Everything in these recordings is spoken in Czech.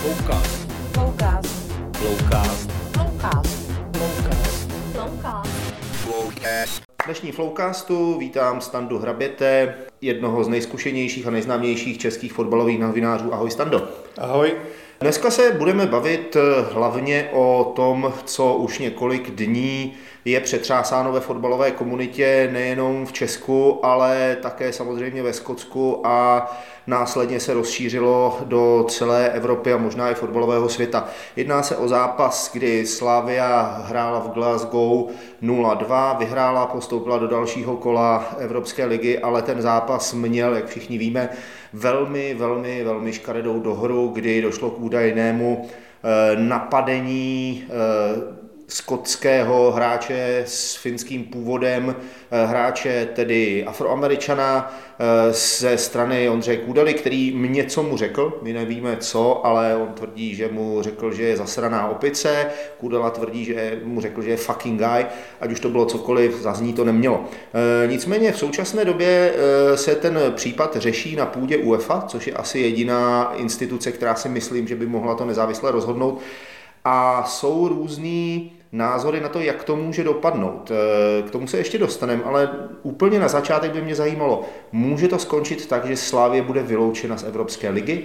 Flowcast. Flowcast. Flowcast. Flowcast. Flowcast. Flowcast. V dnešní Flowcastu vítám Standu Hraběte, jednoho z nejzkušenějších a nejznámějších českých fotbalových novinářů. Ahoj Stando. Ahoj. Dneska se budeme bavit hlavně o tom, co už několik dní je přetřásáno ve fotbalové komunitě, nejenom v Česku, ale také samozřejmě ve Skotsku a následně se rozšířilo do celé Evropy a možná i fotbalového světa. Jedná se o zápas, kdy Slavia hrála v Glasgow 0-2, vyhrála, postoupila do dalšího kola Evropské ligy, ale ten zápas měl, jak všichni víme, velmi škaredou dohru, kdy došlo k údajnému napadení skotského hráče s finským původem, hráče tedy Afroameričana ze strany Ondřeje Kudely, který něco mu řekl, my nevíme co, ale on tvrdí, že mu řekl, že je zasraná opice, Kudela tvrdí, že mu řekl, že je fucking guy, ať už to bylo cokoliv, zazní to nemělo. Nicméně v současné době se ten případ řeší na půdě UEFA, což je asi jediná instituce, která si myslím, že by mohla to nezávisle rozhodnout. A jsou různý názory na to, jak to může dopadnout. K tomu se ještě dostaneme, ale úplně na začátek by mě zajímalo, může to skončit tak, že Slavie bude vyloučena z Evropské ligy?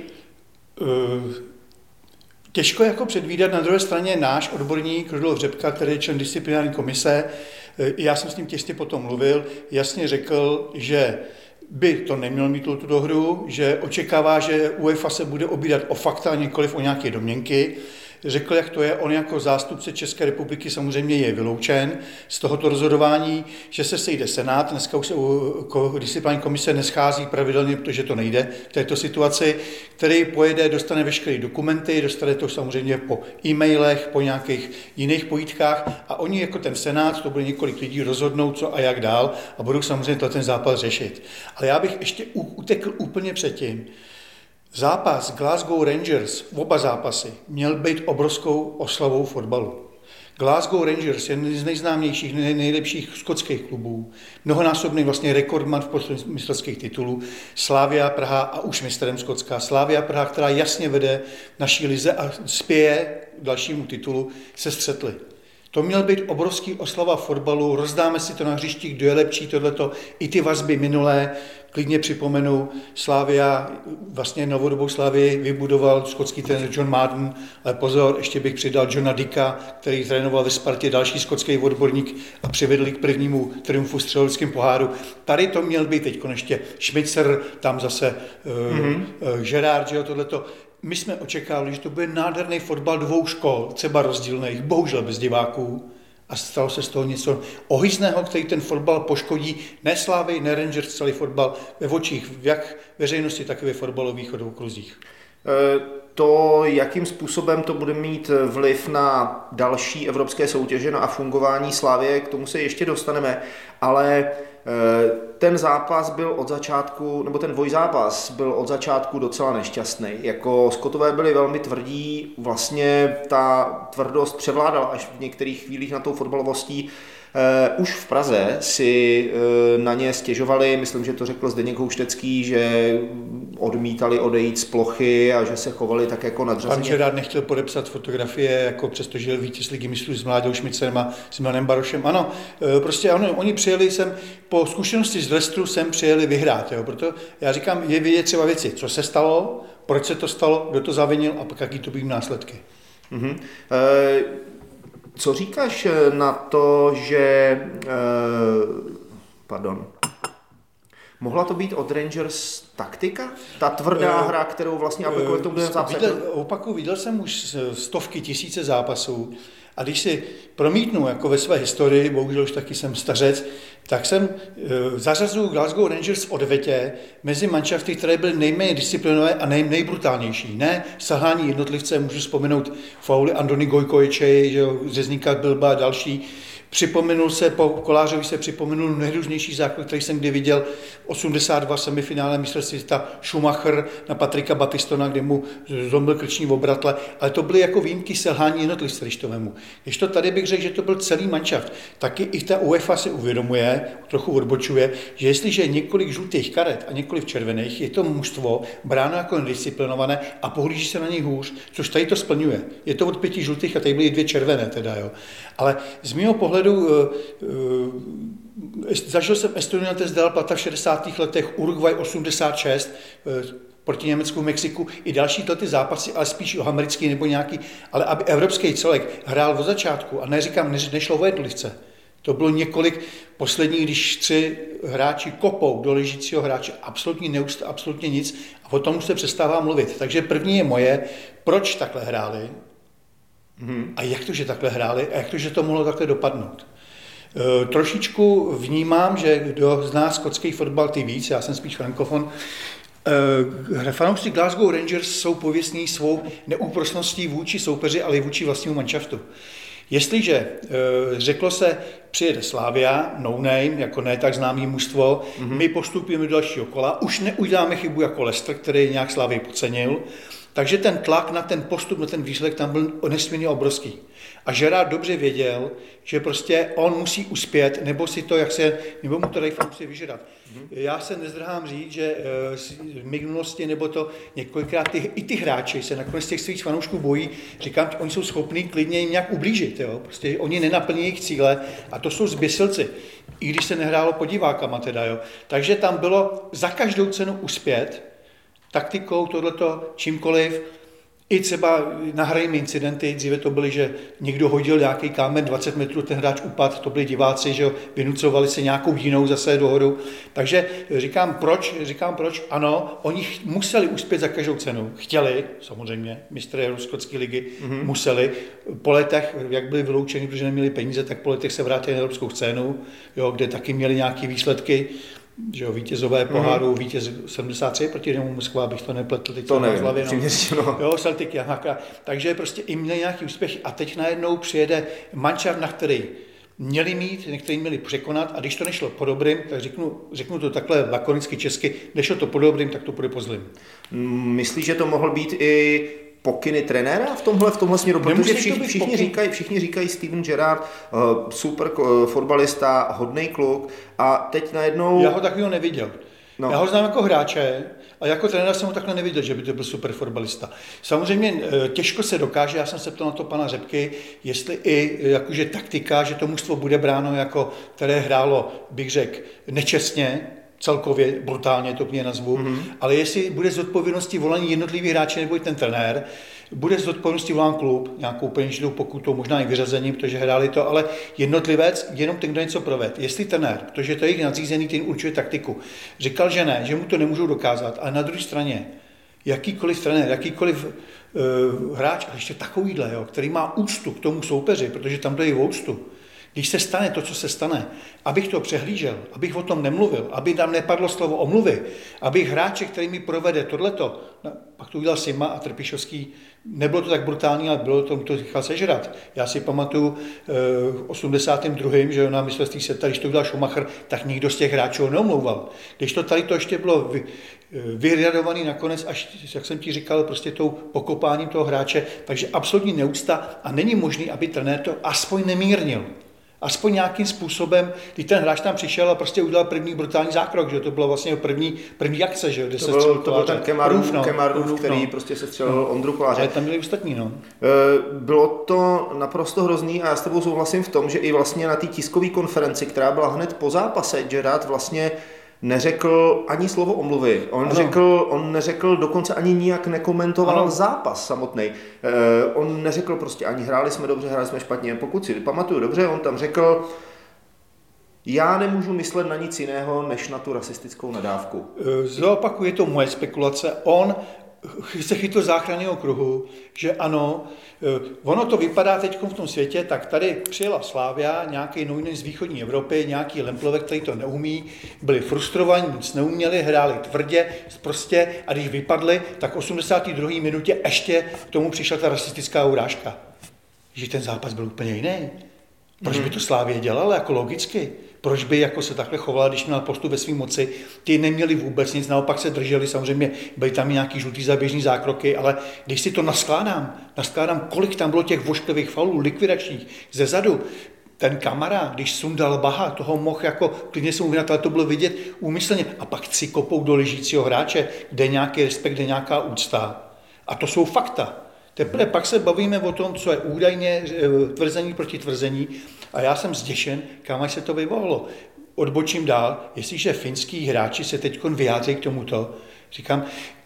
Těžko jako předvídat, na druhé straně náš odborník Rudolf Řepka, který je člen disciplinární komise, já jsem s ním těsně potom mluvil, jasně řekl, že by to nemělo mít tu dohru, že očekává, že UEFA se bude obírat o fakta, nikoliv o nějaké domněnky. Řekl, jak to je, on jako zástupce České republiky samozřejmě je vyloučen z tohoto rozhodování, že se sejde Senát, dneska už se disciplinární komise neschází pravidelně, protože to nejde v této situaci, který pojede, dostane veškeré dokumenty, dostane to samozřejmě po e-mailech, po nějakých jiných pojítkách a oni jako ten Senát, to bude několik lidí, rozhodnou co a jak dál a budou samozřejmě ten zápas řešit. Ale já bych ještě utekl úplně předtím. Zápas Glasgow Rangers, oba zápasy, měl být obrovskou oslavou fotbalu. Glasgow Rangers je jeden z nejznámějších, nejlepších skotských klubů, mnohonásobný vlastně rekordman v počtu mistrovských titulů, Slavia Praha a už mistrem Skotska. Slavia Praha, která jasně vede naší lize a spěje k dalšímu titulu, se střetli. To měl být obrovský oslava fotbalu, rozdáme si to na hřišti, kdo je lepší, tohleto, i ty vazby minulé, klidně připomenu, Slavia, vlastně novodobou Slavii vybudoval skotský trenér John Madden, ale pozor, ještě bych přidal Johna Dicka, který trénoval ve Spartě, další skotský odborník a přivedl k prvnímu triumfu v středoevropském poháru. Tady to měl být teď ještě Schmitzer, tam zase Gerard, že jo, tohleto. My jsme očekávali, že to bude nádherný fotbal dvou škol, třeba rozdílných, bohužel bez diváků. A stalo se z toho něco ohyzného, který ten fotbal poškodí ne Slavii, ne Rangers, celý fotbal ve očích, jak veřejnosti, tak i ve fotbalových okruzích. To, jakým způsobem to bude mít vliv na další evropské soutěže a fungování Slavie, k tomu se ještě dostaneme, ale ten zápas byl od začátku, nebo ten dvojzápas byl od začátku docela nešťastný. Jako Skotové byli velmi tvrdí, vlastně ta tvrdost převládala až v některých chvílích na tou fotbalovostí. Už v Praze si na ně stěžovali, myslím, že to řekl Zdeněk Houštecký, že odmítali odejít z plochy a že se chovali tak jako nadřazeně. Pan Žerát nechtěl podepsat fotografie, jako přestože vítěz ligy mistrů s Mládou Šmicem a s Milanem Barošem. Ano, prostě ano, oni přijeli sem, po zkušenosti z Leicesteru sem přijeli vyhrát. Jo. Proto já říkám, je vidět třeba věci, co se stalo, proč se to stalo, kdo to zavinil a pak jaký to byly následky. Co říkáš na to, že... Mohla to být od Rangers taktika? Ta tvrdá hra, kterou vlastně aplikuje v tom zápase? Viděl jsem už stovky, tisíce zápasů a když si promítnu jako ve své historii, bohužel už taky jsem stařec, tak jsem zařazuju Glasgow Rangers v odvetě mezi manšafty, které byly nejméně disciplinové a nejbrutálnější. Ne sahání jednotlivce, můžu vzpomenout fauly Andony Gojkoviče, Řezníka Bilba a další. Po Kolářovi se připomenul nejrůznější zákrok, který jsem kdy viděl, 82 semifinále mistrovství světa, Schumacher na Patrika Batistona, kde mu zlomil krční obratle, ale to byly jako výjimky selhání jednotlivce, když to vemu. Když to tady bych řekl, že to byl celý manšaft, taky i ta UEFA si uvědomuje, trochu odbočuje, že jestliže je několik žlutých karet a několik červených, je to mužstvo bráno jako nedisciplinované a pohlíží se na něj hůř, což tady to splňuje. Je to od 5 žlutých a tady byly 2 červené teda, jo. Ale z mého pohledu zažil jsem Estonian test Del Plata v 60. letech, Uruguay 86, proti Německu, Mexiku, i další ty zápasy, ale spíš o americký nebo nějaký, ale aby evropský celek hrál od začátku, a neříkám, nešlo o jednotlivce. To bylo několik posledních, když 3 hráči kopou do ležícího hráče, absolutně nic, a o tom už se přestává mluvit. Takže první je moje, proč takhle hráli a jak to, že takhle hráli a jak to, že to mohlo takhle dopadnout. Trošičku vnímám, že kdo zná skotský fotbal, ty víc, já jsem spíš frankofon, fanoušci Glasgow Rangers jsou pověstní svou neúprosností vůči soupeři, ale i vůči vlastnímu manšaftu. Jestliže řeklo se, přijede Slavia, no name, jako ne tak známý mužstvo, my postupujeme do dalšího kola, už neuděláme chybu jako Leicester, který nějak Slavii podcenil, takže ten tlak na ten postup, na ten výsledek tam byl nesmírně obrovský. A Gerard dobře věděl, že prostě on musí uspět, nebo mu to dají fanoušci vyžrat. Já se nezdrhám říct, že v minulosti nebo to několikrát i ty hráči se nakonec těch svých fanoušků bojí, říkám, oni jsou schopní klidně jim nějak ublížit, jo? Prostě oni nenaplní jejich cíle a to jsou zběsilci, i když se nehrálo pod divákama teda, jo. Takže tam bylo za každou cenu uspět, taktikou, tohleto, čímkoliv, i třeba nahrajíme incidenty, dříve to byly, že někdo hodil nějaký kámen 20 metrů, ten hráč upadl, to byli diváci, že jo, vynucovali se nějakou jinou zase dohodu. Takže říkám proč, ano, oni museli uspět za každou cenu. Chtěli, samozřejmě, mistry skotské ligy, museli. Po letech, jak byli vyloučeni, protože neměli peníze, tak po letech se vrátili na evropskou scénu, jo, kde taky měli nějaké výsledky. Že jo, vítězové poháru, vítěz 73 proti Dynamu Moskva, abych to nepletl teď to nevím, v hlavě, no. Jo, Celtic Janaka. Takže prostě i měli nějaký úspěch a teď najednou přijede manšaft, na který měli mít, někteří měli překonat, a když to nešlo po dobrým, tak řeknu to takhle lakonicky česky, nešlo to po dobrým, tak to půjde po zlým. Myslíš, že to mohl být i pokyny trenéra v tomhle směru, protože všichni říkají Steven Gerrard, super fotbalista, hodnej kluk, a teď najednou... Já ho takového neviděl. No. Já ho znám jako hráče, a jako trenéra jsem ho takhle neviděl, že by to byl super fotbalista. Samozřejmě těžko se dokáže, já jsem se ptal na to pana Řepky, jestli i jakože taktika, že to mužstvo bude bráno jako, které hrálo, bych řekl, nečestně, celkově brutálně to mě nazvu, ale jestli bude z odpovědnosti volání jednotlivý hráči nebo i ten trenér, bude z odpovědnosti volán klub, nějakou peněžitou pokutou, možná i vyřazením, protože hráli to, ale jednotlivec, jenom ten, kdo něco proved. Jestli trenér, protože to je jejich nadřízený, ten určuje taktiku, říkal, že ne, že mu to nemůžou dokázat, ale na druhé straně, jakýkoliv trenér, jakýkoliv hráč, a ještě takovýhle, jo, který má úctu k tomu soupeři, protože tam jde i o úctu. Když se stane to, co se stane, abych to přehlížel, abych o tom nemluvil, aby tam nepadlo slovo omluvy, abych hráče, který mi provede tohleto, pak to udělal Sima a Trpišovský, nebylo to tak brutální, ale bylo to nechal sežrat. Já si pamatuju v 82., že na mistrovství světa, když to udělal Schumacher, tak nikdo z těch hráčů ho neomlouval. Když to tady to ještě bylo vyriadovaný nakonec, až, jak jsem ti říkal, prostě tou pokopáním toho hráče, takže absolutní neúcta a není možný, aby trenér to aspoň nemírnil. Aspoň nějakým způsobem, když ten hráč tam přišel a prostě udělal první brutální zákrok, že to bylo vlastně první akce, že to byl ten Kemarův, který prostě se střelil Ondru Koláře. Ale tam byli ostatní, no. Bylo to naprosto hrozný a já s tebou souhlasím v tom, že i vlastně na té tiskové konferenci, která byla hned po zápase, Gerrard vlastně neřekl ani slovo omluvy. On neřekl, dokonce ani nijak nekomentoval zápas samotný. On neřekl prostě ani hráli jsme dobře, hráli jsme špatně. Pokud si pamatuju dobře, on tam řekl, já nemůžu myslet na nic jiného, než na tu rasistickou nadávku. Zopakuju, je to moje spekulace. On se chytl záchranného kruhu, že ano, ono to vypadá teď v tom světě, tak tady přijela Slavia, nějaký nový z východní Evropy, nějaký Lemplovek, který to neumí, byli frustrovaní, nic neuměli, hráli tvrdě, prostě, a když vypadli, tak v 82. minutě ještě k tomu přišla ta rasistická urážka. Že ten zápas byl úplně jiný. Proč by to Slávie dělala jako logicky? Proč by jako se takhle chovala, když měla postup ve své moci? Ty neměli vůbec nic, naopak se drželi, samozřejmě byly tam nějaký žlutý zaběžný zákroky, ale když si to naskládám, kolik tam bylo těch vošklivých faulů, likvidačních, ze zadu, ten kamarád, když sundal Baha, toho mohl jako klidně se mu vynat, ale to bylo vidět úmyslně. A pak si kopou do ležícího hráče, kde je nějaký respekt, kde je nějaká úcta. A to jsou fakta. Teprve pak se bavíme o tom, co je údajně tvrzení proti tvrzení. A já jsem zděšen, kam až se to vyvolalo. Odbočím dál, jestliže finský hráči se teď vyjádří k tomuto, říkám,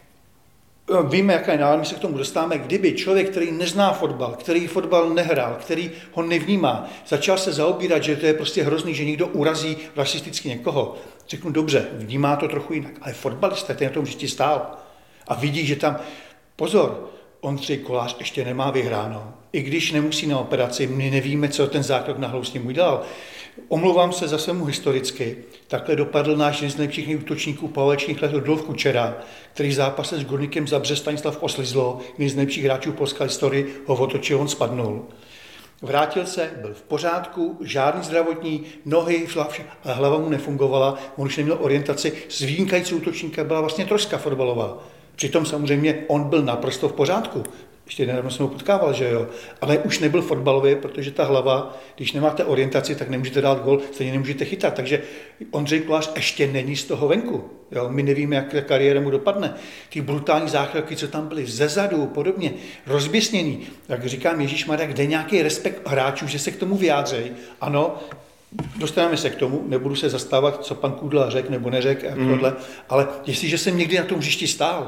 víme, jaká je nálada, my se k tomu dostáváme, kdyby člověk, který nezná fotbal, který fotbal nehrál, který ho nevnímá, začal se zaobírat, že to je prostě hrozný, že někdo urazí rasisticky někoho. Řeknu, dobře, vnímá to trochu jinak, ale fotbalista, ten na tom hřišti stál a vidí, že tam, pozor, Ondřej Kolář ještě nemá vyhráno. I když nemusí na operaci, my nevíme, co ten zákrok na hlavu s ním udělal. Omlouvám se zase mu historicky. Takhle dopadl náš jeden z nejlepších útočníků poválečných let Rudolf Kučera, který zápasem s Górnikem Zabrze Stanislav Oslizlo, jeden z nejlepších hráčů polské historii, ho otočil, on spadnul. Vrátil se, byl v pořádku, žádný zdravotní, nohy, ale hlava mu nefungovala, on už neměl orientaci, s vynikající útočníka byla vlastně troska fotbalová. Přitom samozřejmě on byl naprosto v pořádku. Ještě nedávno jsem ho potkával, že jo. Ale už nebyl fotbalový, protože ta hlava, když nemáte orientaci, tak nemůžete dát gol, stejně nemůžete chytat. Takže Ondřej Kolář ještě není z toho venku. Jo. My nevíme, jak ta kariéra mu dopadne. Ty brutální záchraky, co tam byly zezadu, podobně, rozběsněný. Jak říkám, ježišmarja, kde nějaký respekt hráčů, že se k tomu vyjádřejí. Ano, dostaneme se k tomu, nebudu se zastávat, co pan Kůdla řekl nebo neřekl, ale jestliže jsem někdy na tom hřišti stál,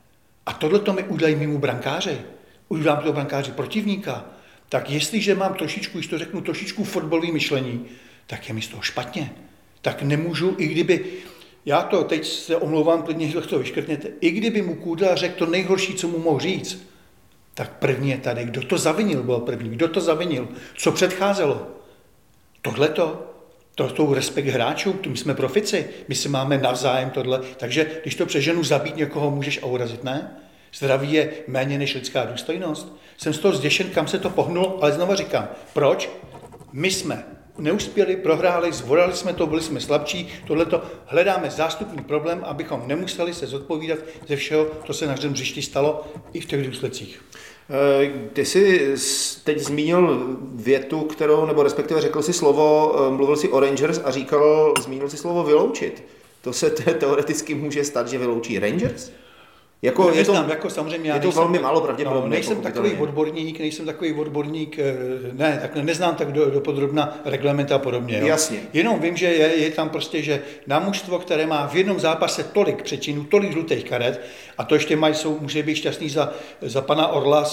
a tohle to mi udělají mimo brankáři, udělám to brankáři protivníka, tak jestliže mám trošičku, když to řeknu, trošičku fotbalový myšlení, tak je mi z toho špatně. Tak nemůžu, i kdyby, já to teď se omlouvám, klidně to vyškrtněte, i kdyby mu Kůdla řekl to nejhorší, co mu mohl říct, tak první je tady, kdo to zavinil, byl první, kdo to zavinil, co předcházelo. Tohleto, to jsou respekt hráčů, my jsme profici, my si máme navzájem tohle, takže když to přeženu, zabít někoho můžeš a urazit, ne? Zdraví je méně než lidská důstojnost. Jsem z toho zděšen, kam se to pohnulo, ale znova říkám, proč? My jsme neuspěli, prohráli, zvorali jsme to, byli jsme slabší, tohleto hledáme zástupný problém, abychom nemuseli se zodpovídat ze všeho, co se na hřišti stalo i v těch důsledcích. Ty jsi teď zmínil větu, kterou, nebo respektive řekl si slovo, mluvil si o Rangers a zmínil si slovo vyloučit. To se teoreticky může stát, že vyloučí Rangers? Samozřejmě je to velmi málo pravděpodobné. Nejsem takový odborník, ne, tak neznám tak dopodrobna reglementa a podobně. Jo. Jasně. Jenom vím, že je tam prostě, že na mužstvo, které má v jednom zápase tolik přečinů, tolik žlutých karet, a to ještě může být šťastný za pana Orla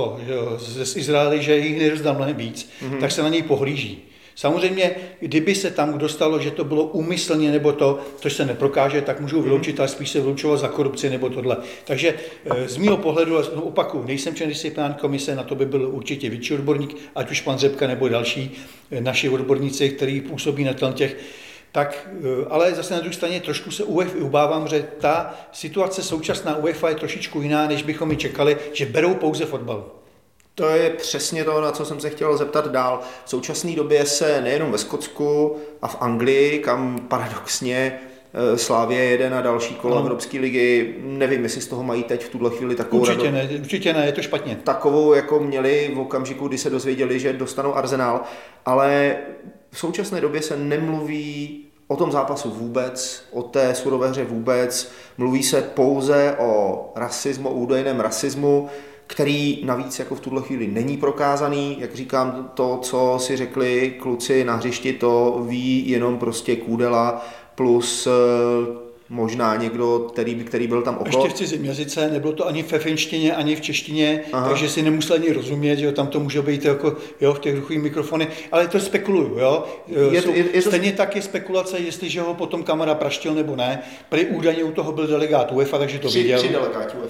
z Izraele, že jich nerozdal mnohem víc, tak se na něj pohlíží. Samozřejmě, kdyby se tam dostalo, že to bylo úmyslně nebo to, což se neprokáže, tak můžou vyloučit, ale spíš se vyloučovat za korupci nebo tohle. Takže z mého pohledu, opakuju, nejsem člen disciplinární komise, na to by byl určitě větší odborník, ať už pan Řepka nebo další naši odborníci, kteří působí na těch. Tak, ale zase na druhé straně trošku se ubávám, že ta situace současná UEFA je trošičku jiná, než bychom ji čekali, že berou pouze fotbal. To je přesně to, na co jsem se chtěl zeptat dál. V současné době se nejenom ve Skotsku a v Anglii, kam paradoxně Slavie jede na další kolo Evropské ligy, nevím, jestli z toho mají teď v tuhle chvíli takovou Určitě ne, je to špatně. Takovou, jako měli v okamžiku, kdy se dozvěděli, že dostanou Arsenal, ale v současné době se nemluví o tom zápasu vůbec, o té surové hře vůbec, mluví se pouze o rasismu, o údajném rasismu, který navíc jako v tuhle chvíli není prokázaný. Jak říkám, to, co si řekli kluci na hřišti, to ví jenom prostě Kůdela plus možná někdo, který byl tam okolo. Ještě v cizím jazyce, nebylo to ani ve finštině, ani v češtině, takže si nemusel ani rozumět, že jo, tam to může být jako, jo, v těch ruchových mikrofony, ale to spekuluju, jo. Stejně tak je spekulace, jestliže ho potom Kamara praštil nebo ne. Prý údajně u toho byl delegát UEFA, takže to věděl. Tři delegáti UEFA u toho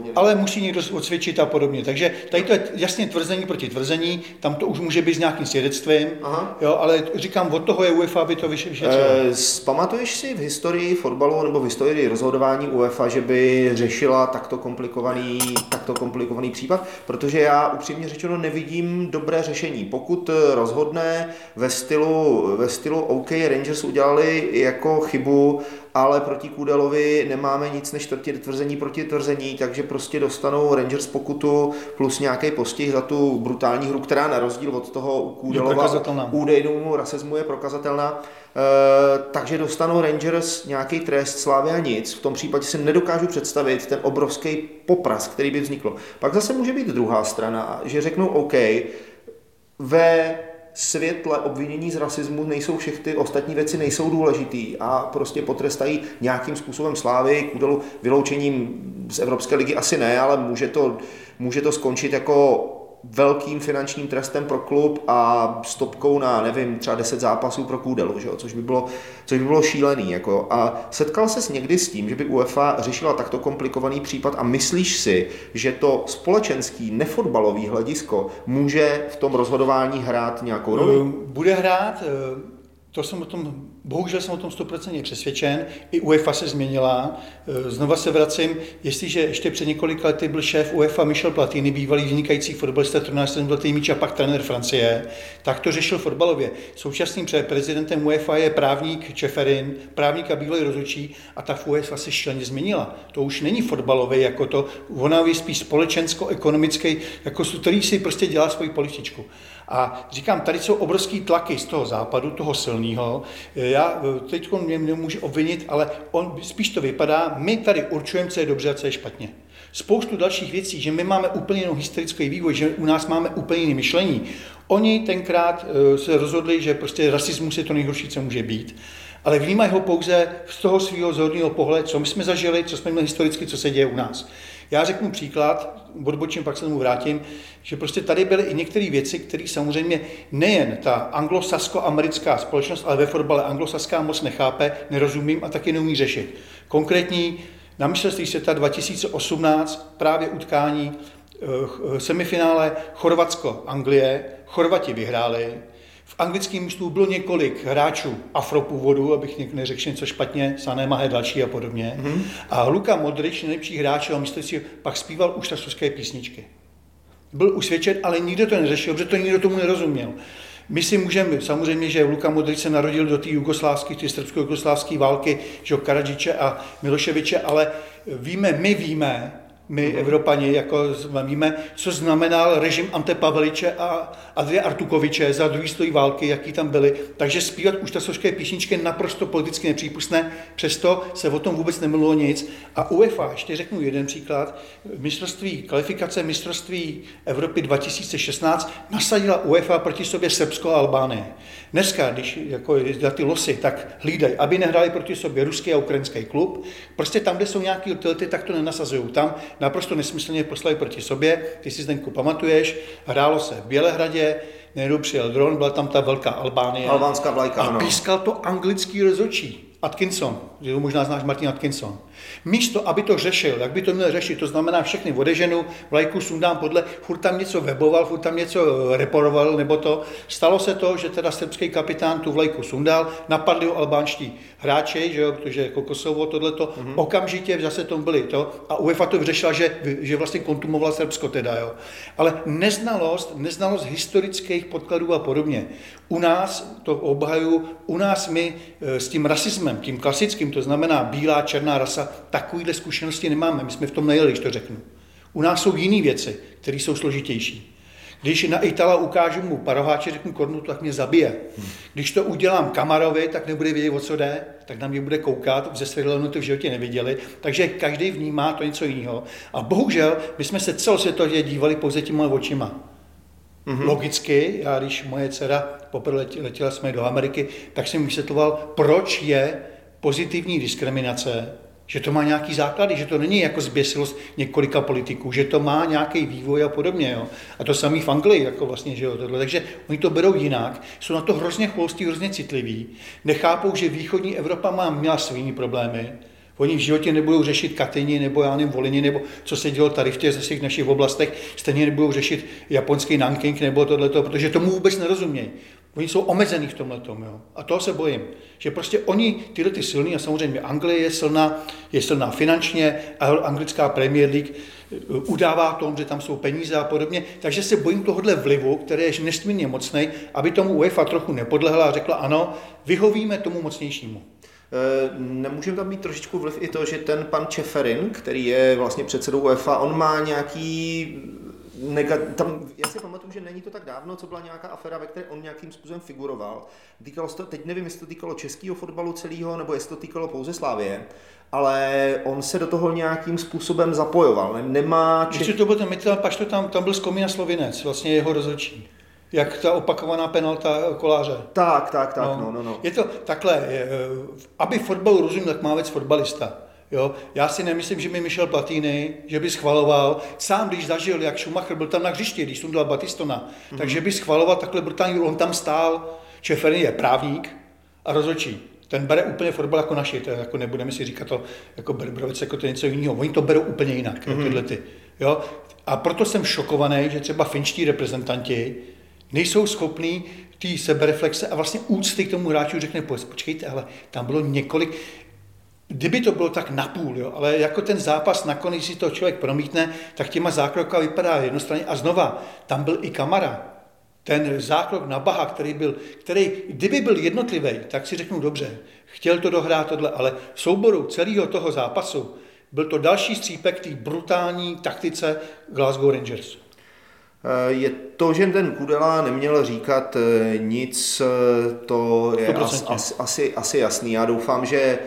ale musí někdo odsvědčit a podobně. Takže tady to je jasně tvrzení proti tvrzení, tam to už může být s nějakým svědectvím, jo, ale říkám, od toho je UEFA, aby to vyšetřilo. Pamatuješ si v historii fotbalu nebo v historii rozhodování UEFA, že by řešila takto komplikovaný případ? Protože já upřímně řečeno nevidím dobré řešení. Pokud rozhodne ve stylu OK, Rangers udělali jako chybu, ale proti Kudelovi nemáme nic než tvrzení proti tvrzení, takže prostě dostanou Rangers pokutu plus nějaký postih za tu brutální hru, která na rozdíl od toho Kudelova údajnému rasismu je prokazatelná. Takže dostanou Rangers nějaký trest, Slavia nic. V tom případě si nedokážu představit ten obrovský popras, který by vznikl. Pak zase může být druhá strana, že řeknou OK, ve světle obvinění z rasismu nejsou všechny ostatní věci nejsou důležitý a prostě potrestají nějakým způsobem Slávy, Kudelu vyloučením z Evropské ligy asi ne, ale může to skončit jako velkým finančním trestem pro klub a stopkou na, nevím, třeba 10 zápasů pro Kudelu, že jo? Což by bylo šílený. Jako. A setkal ses někdy s tím, že by UEFA řešila takto komplikovaný případ a myslíš si, že to společenský, nefotbalový hledisko může v tom rozhodování hrát nějakou roli? Bude hrát. Bohužel jsem o tom 100% přesvědčen, i UEFA se změnila. Znova se vracím, jestliže ještě před několika lety byl šéf UEFA Michel Platini, bývalý vynikající fotbalista, 13letý míč a pak trenér Francie, tak to řešil fotbalově. Současným prezidentem UEFA je právník Čeferin, právník a bývalý rozhodčí a ta UEFA se šíleně změnila. To už není fotbalový jako to, ona je spíš společensko-ekonomický, jako který si prostě dělá svoji političku. A říkám, tady jsou obrovský tlaky z toho západu, toho silného. Já teď mě nemůžu obvinit, ale spíš to vypadá, my tady určujeme, co je dobře a co je špatně. Spoustu dalších věcí, že my máme úplně jinou historický vývoj, že u nás máme úplně jiné myšlení. Oni tenkrát se rozhodli, že prostě rasismus je to nejhorší, co může být. Ale vnímají ho pouze z toho svého zorného pohledu, co my jsme zažili, co jsme měli historicky, co se děje u nás. Já řeknu příklad, odbočím, pak se tomu vrátím, že prostě tady byly i některé věci, které samozřejmě nejen ta anglosasko-americká společnost, ale ve fotbale anglosaská moc nechápe, nerozumím a taky neumí řešit. Konkrétní na mistrovství světa 2018 právě utkání semifinále Chorvatsko-Anglie, Chorvati vyhráli. V anglickém mužstvu bylo několik hráčů afropůvodu, abych neřekl něco špatně, Sané, Mahe, další a podobně. A Luka Modrič, nejlepší hráč, a mistrovství, pak zpíval už taštovské písničky. Byl usvědčen, ale nikdo to neřešil, protože to nikdo tomu nerozuměl. My si můžeme, samozřejmě, že Luka Modrič se narodil do té srbsko-jugoslávské války, že Karadžiče a Miloševiče, ale my Evropani, jako víme, co znamenal režim Ante Paveliče a Andreje Artukoviče za druhé světové války, jaký tam byli. Takže zpívat už taštovské písničky je naprosto politicky nepřípustné, přesto se o tom vůbec nemluvilo nic. A UEFA, ještě řeknu jeden příklad, kvalifikace mistrovství Evropy 2016 nasadila UEFA proti sobě Srbsko a Albánie. Dneska, když jako za ty losy, tak hlídají, aby nehráli proti sobě ruský a ukrajinský klub. Prostě tam, kde jsou nějaké utility, tak to nenasazují. Tam naprosto nesmyslně poslali proti sobě. Ty si Zdeňku pamatuješ, hrálo se v Bělehradě, najednou přijel dron, byla tam ta velká Albánie. Albánská vlajka, a pískal to anglický rozhodčí. Atkinson, že to možná znáš, Martin Atkinson. Místo, aby to řešil, jak by to měl řešit, to znamená všechny odeženu, vlajku sundám podle, furt tam něco weboval, furt tam něco reporoval, nebo to. Stalo se to, že teda srbský kapitán tu vlajku sundal, napadli ho albánští hráči, že jo, protože jako Kosovo, tohleto, okamžitě zase tom byli to, a UEFA to vyřešila, že vlastně kontumovala Srbsko teda, jo. Ale neznalost historických podkladů a podobně. U nás, to obhaju, u nás my s tím rasismem, tím klasickým, to znamená bílá, černá rasa, takovýhle zkušenosti nemáme, my jsme v tom nejeli, když to řeknu. U nás jsou jiné věci, které jsou složitější. Když na Itala ukážu mu paroháče, řeknu kornu, tak mě zabije. Když to udělám Kamarovi, tak nebude vědět, o co jde, tak na mě bude koukat, ze Světlanu to v životě neviděli, takže každý vnímá to něco jiného. A bohužel, my jsme se celosvětově dívali pouze těma očima. Logicky, já když moje dcera poprvé letěla jsme do Ameriky, tak jsem vysvětloval, proč je pozitivní diskriminace, že to má nějaký základy, že to není jako zběsilost několika politiků, že to má nějaký vývoj a podobně. Jo. A to samý v Anglii, jako vlastně, že jo, tohle. Takže oni to berou jinak, jsou na to hrozně chloustí, hrozně citliví, nechápou, že východní Evropa měla svými problémy. Oni v životě nebudou řešit Katyni nebo já nevím Volini, nebo co se dělo tady v těch našich oblastech, stejně nebudou řešit japonský Nanking nebo tohleto, protože tomu vůbec nerozumějí. Oni jsou omezený v tomhletom, jo. A toho se bojím, že prostě oni, tyhle ty silný, a samozřejmě Anglie je silná finančně, a anglická Premier League udává tom, že tam jsou peníze a podobně, takže se bojím tohohle vlivu, který je nesmírně mocný, aby tomu UEFA trochu nepodlehla a řekla ano, vyhovíme tomu mocnějšímu. Nemůže tam být trošičku vliv i to, že ten pan Čeferin, který je vlastně předsedou UEFA, on má nějaký já si pamatuju, že není to tak dávno, co byla nějaká aféra, ve které on nějakým způsobem figuroval. Týkalo se to, teď nevím, jestli to týkalo českého fotbalu celého, nebo jestli to týkalo pouze Slavie, ale on se do toho nějakým způsobem zapojoval. Nemá Ještě to byl ten Michal Pašto, tam byl z Komína Slovinec, vlastně jeho rozhodčí. Jak ta opakovaná penalta Koláře. Tak, no. Je to takhle, aby fotbalu rozuměl, tak má věc fotbalista. Jo? Já si nemyslím, že by Michel Platini, že by schvaloval, sám když zažil, jak Schumacher byl tam na hřišti, když sundal Batistona, takže by schvaloval takhle brutální, on tam stál, Čeferin je právník a rozhodčí. Ten bere úplně fotbal jako naši, to jako nebudeme si říkat to jako Berbrovec, jako to něco jiného. Oni to berou úplně jinak, tyhle ty. Jo? A proto jsem šokovaný, že třeba finští reprezentanti nejsou schopní té sebereflexe a vlastně úcty k tomu hráču řekne, počkejte, ale tam bylo několik, kdyby to bylo tak napůl, jo, ale jako ten zápas nakonec si to člověk promítne, tak těma zákroka vypadá jednostranně a znova, tam byl i Kamara. Ten zákrok na Baha, který kdyby byl jednotlivý, tak si řeknu dobře, chtěl to dohrát tohle, ale v souboru celého toho zápasu byl to další střípek té brutální taktice Glasgow Rangers. Je to, že ten Kudela neměl říkat nic, to je asi jasný. Já doufám, že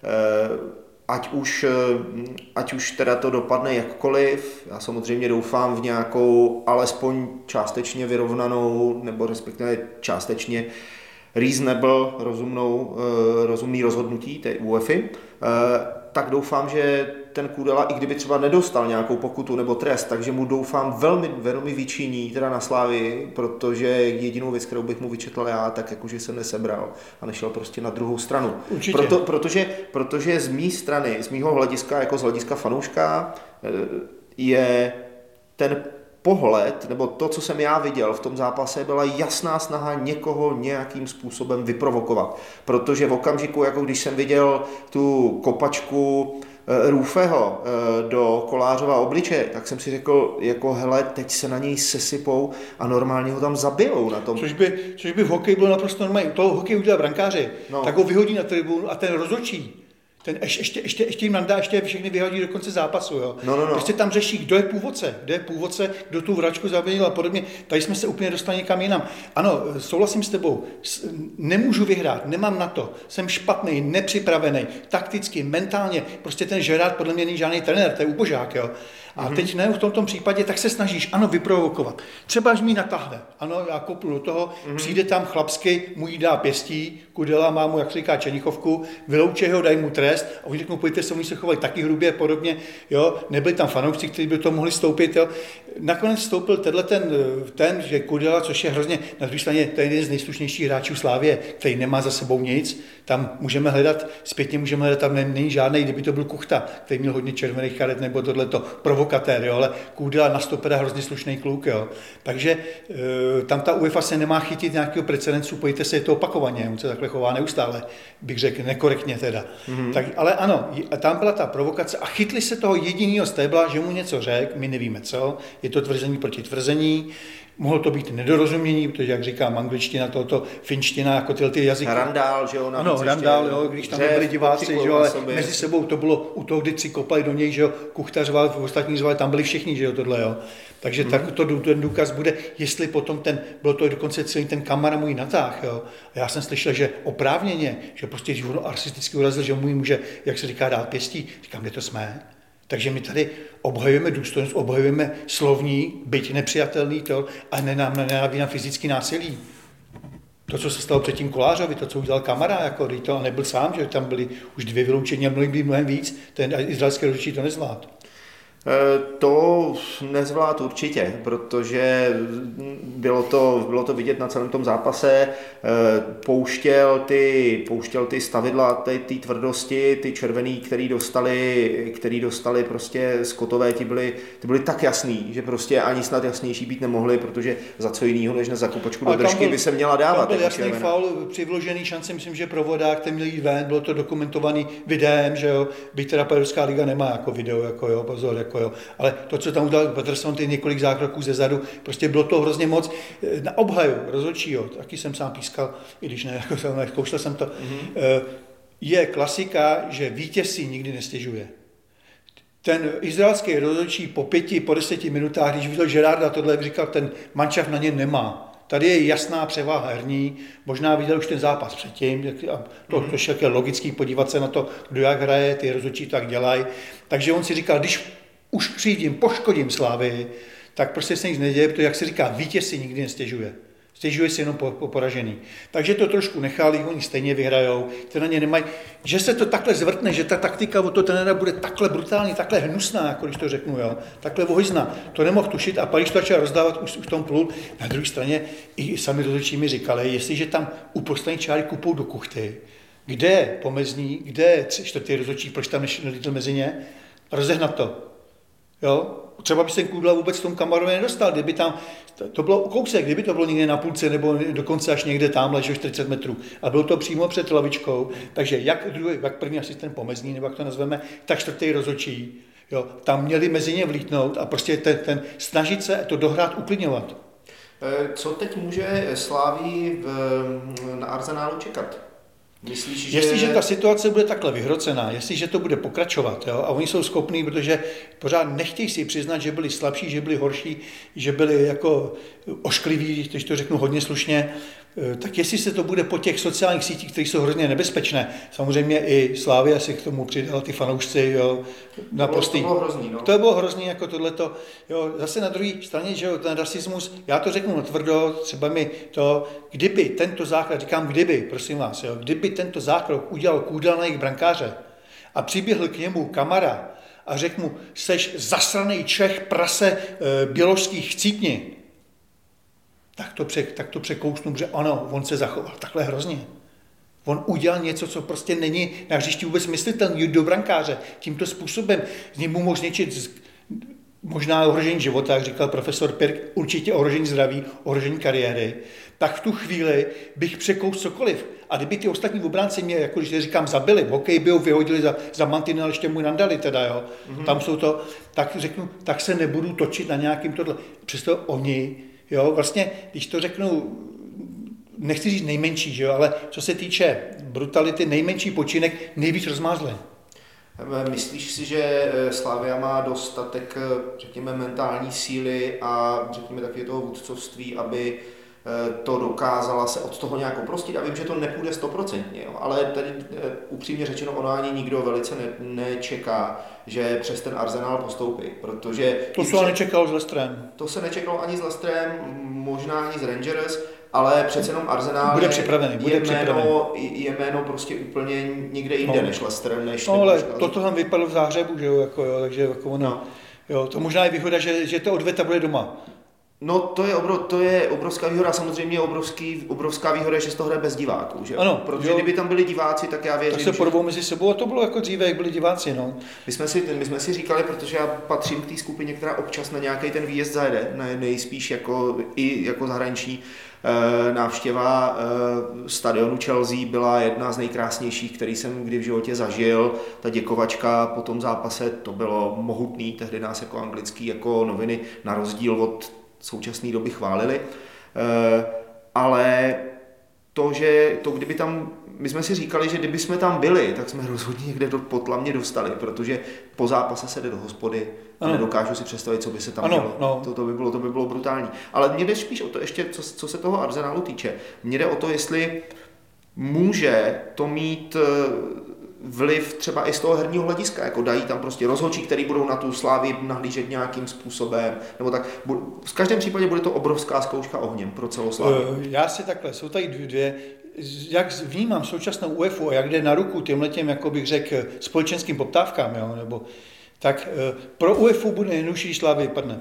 ať už teda to dopadne jakkoliv, já samozřejmě doufám v nějakou alespoň částečně vyrovnanou, nebo respektive částečně reasonable, rozumný rozhodnutí té UEFI, tak doufám, že ten Kudela, i kdyby třeba nedostal nějakou pokutu nebo trest, takže mu doufám velmi vyčiní teda na Slávii, protože jedinou věc, kterou bych mu vyčetl já, tak jakože jsem nesebral a nešel prostě na druhou stranu. Protože z mé strany, z mýho hlediska, jako z hlediska fanouška, je ten pohled, nebo to, co jsem já viděl v tom zápase, byla jasná snaha někoho nějakým způsobem vyprovokovat. Protože v okamžiku, jako když jsem viděl tu kopačku Růfeho do Kolářova obličeje, tak jsem si řekl, jako hele, teď se na něj sesypou a normálně ho tam zabijou na tom. Což by v hokeji bylo naprosto normální. Toho hokej udělá brankáři, tak ho vyhodí na tribunu a ten rozhodčí. Ten ještě jim nadá, ještě všechny vyhodí do konce zápasu. Jo. No. Prostě tam řeší, kdo je původce, kdo tu vračku zavinil a podobně. Tady jsme se úplně dostali někam jinam. Ano, souhlasím s tebou, nemůžu vyhrát, nemám na to, jsem špatný, nepřipravený, takticky, mentálně, prostě ten Gerard podle mě není žádný trenér, to je ubožák. Jo. A teď ne v tomto případě, tak se snažíš, ano, vyprovokovat. Třeba až mi natáhne, ano, já kopnu do toho, přijde tam chlapsky, mu jí dá pěstí, Kudela má mu, jak se říká, čenichovku, vylouče ho, dají mu trest a oni řeknou, pojďte se, oni se chovali taky hrubě podobně, jo, nebyli tam fanoušci, kteří by to mohli stoupit, jo. Nakonec vstoupil ten, že Kudela, což je hrozně, na druhé straně, to je jeden z nejslušnějších hráčů Slávie, který nemá za sebou nic, tam můžeme hledat, tam není žádný, kdyby to byl Kuchta, který měl hodně červených karet nebo tohleto, provokatér, jo, ale Kudela na stopera hrozně slušný kluk, jo. Takže tam ta UEFA se nemá chytit nějakého precedencu, pojďte se, je to opakovaně, on se takhle chová neustále, bych řekl, nekorektně teda. Tak, ale ano, tam byla ta provokace a chytli se toho jedinýho stébla, že mu něco řekl, my nevíme co, je to tvrzení proti tvrzení, mohlo to být nedorozumění, protože, jak říkám, angličtina, finština, jako ty jazyky. Randál, že jo? Ano, Randál, jo, když tam byli diváci, že jo, ale mezi sebou to bylo u toho, kdy si kopali do něj, že jo, Kuchta řval, ostatní řvali, tam byli všichni, že jo, tohle, jo. Takže ten důkaz bude, jestli potom bylo to dokonce celý ten Kamara můj natáh, jo. A já jsem slyšel, že oprávněně, že prostě, když ono artisticky urazil, že můj může, jak se říká, dát pěstí, říkám, kde to jsme? Takže my tady obhajujeme důstojnost, obhajujeme slovní, byť nepřijatelný to, a nenávidíme fyzický násilí. To, co se stalo předtím Kolářovi, to, co udělal Kamara, jako to a nebyl sám, že tam byly už 2 vyloučení a mohly být mnohem víc, ten izraelský rozhodčí to nezvládl. To nezvlád určitě, protože bylo to vidět na celém tom zápase, pouštěl ty stavidla té tvrdosti, ty červený, který dostali prostě Scottové, ty byly tak jasný, že prostě ani snad jasnější být nemohli, protože za co jinýho než na zakupačku do držky by se měla dávat. Tam byl jasný faul při vložený šance, myslím, že pro Vodák, ten měl jít ven, bylo to dokumentovaný videem, že jo, byť teda Evropská liga nemá jako video, jako jo, pozor, jako jo, ale to, co tam udělal Peterson, ty několik zákroků ze zadu, prostě bylo to hrozně moc. Na obhaju rozhodčího, taky jsem sám pískal, i když ne, jako zkoušel jsem to, je klasika, že vítěz si nikdy nestěžuje. Ten izraelský rozhodčí po 10 minutách, když viděl Gerarda tohle, říkal, ten mančaft na ně nemá. Tady je jasná převaha herní, možná viděl už ten zápas předtím, to je logický podívat se na to, kdo jak hraje, ty rozhodčí tak dělají. Takže on si říkal, když už poškodím Slávy, tak prostě se nic neděje, protože jak se říká, vítěz si nikdy nestěžuje. Stěžuje si jenom po poražený. Takže to trošku nechali, oni stejně vyhrajou, ty na ně nemají. Že se to takhle zvrtne, že ta taktika od toho trenéra bude takhle brutální, takhle hnusná, jako když to řeknu, jo, takhle ohyzná. To nemohl tušit a pak, když to začal rozdávat už v tom plul, na druhé straně i sami rozhodčí mi říkali, jestliže tam uprostřed čáry kupou do kuchty, kde je pomezní, kde je čtvrtý rozhodčí, proč tam nelítl mezi ně, rozehnat to. Jo? Třeba by se Kudla vůbec v tom Kamarově nedostal, kdyby tam, to bylo kousek, kdyby to bylo někde na půlce nebo dokonce až někde tam leželo 40 metrů. A bylo to přímo před lavičkou, takže jak první asistent pomezní, nebo jak to nazveme, tak čtvrtý rozhodčí, jo, tam měli mezi ně vlítnout a prostě ten snažit se to dohrát, uklidňovat. Co teď může Slavii na Arsenálu čekat? Myslíš, že... Jestliže ta situace bude takhle vyhrocená, jestliže to bude pokračovat, jo, a oni jsou schopní, protože pořád nechtějí si přiznat, že byli slabší, že byli horší, že byli jako oškliví, když to řeknu hodně slušně, tak jestli se to bude po těch sociálních sítích, které jsou hrozně nebezpečné, samozřejmě i Slavia si k tomu přidala ty fanoušci, jo, na postý. To bylo hrozný, no. To bylo hrozný, jako tohleto, jo, zase na druhé straně, že jo, ten rasismus, já to řeknu natvrdo, třeba mi to, kdyby tento zákrok, říkám kdyby, prosím vás, jo, kdyby tento zákrok udělal Kůdel na jejich brankáře a přiběhl k němu Kamara a řekl mu, seš zasranej Čech, prase běložských chcípni, tak to překousnu, že ano, on se zachoval takhle hrozně. On udělal něco, co prostě není na hřišti vůbec myslitelný do brankáře. Tímto způsobem z něj mohl zničit možná ohrožení života, jak říkal profesor Pirk, určitě ohrožení zdraví, ohrožení kariéry. Tak v tu chvíli bych překous cokoliv. A kdyby ty ostatní obránci mě, jako když říkám, zabili, hokej by ho vyhodili za mantinel, ještě mu nandali teda, jo. Tam jsou to, tak řeknu, tak se nebudu točit na nějakým tohle. Přesto oni, jo, vlastně, když to řeknu, nechci říct nejmenší, že jo, ale co se týče brutality, nejmenší počinek, nejvíc rozmázlý. Myslíš si, že Slavia má dostatek, řekněme, mentální síly a řekněme taky toho vůdcovství, aby to dokázala se od toho nějak oprostit? A vím, že to nepůjde 100%, jo? Ale tady upřímně řečeno, ono ani nikdo velice nečeká, že přes ten Arsenal postoupí, protože... To se nečekalo s Leicesterem. To se nečekalo ani s Leicesterem, možná ani s Rangers, ale přece jenom Arsenal bude připravený. Je jméno prostě úplně někde jinde než Leicester. Ale toto tam vypadlo v Záhřebu, že jo, jako, jo, takže jako ono, no. Jo, to možná je výhoda, že to odveta bude doma. No to je obrovská výhoda, samozřejmě obrovská výhoda, že z toho hraje bez diváků, že? Ano, protože jo. Kdyby tam byli diváci, tak já věřím, tak se porvou mezi sebou a to bylo jako dříve, jak byli diváci, no. My jsme si říkali, protože já patřím k té skupině, která občas na nějaký ten výjezd zajede, nejspíš jako zahraniční návštěva stadionu Chelsea byla jedna z nejkrásnějších, který jsem kdy v životě zažil. Ta děkovačka po tom zápase, to bylo mohutný, tehdy nás jako anglický jako noviny na rozdíl od současné doby chválili, ale kdyby tam, my jsme si říkali, že kdyby jsme tam byli, tak jsme rozhodně někde podle mě dostali, protože po zápase se jde do hospody a nedokážu si představit, co by se tam dělo. No. To by bylo brutální. Ale mě jde spíš o to, ještě co se toho Arsenalu týče, mě jde o to, jestli může to mít vliv třeba i z toho herního hlediska, jako dají tam prostě rozhodčí, který budou na tu Slávii nahlížet nějakým způsobem, nebo tak. V každém případě bude to obrovská zkouška ohněm pro celou Slávii. Já si takhle, jsou tady dvě, jak vnímám současnou UEFA a jak jde na ruku těmhletěm, jako bych řekl, společenským poptávkám, jo, nebo tak pro UEFA bude nejjednodušší, když Slavia vypadne.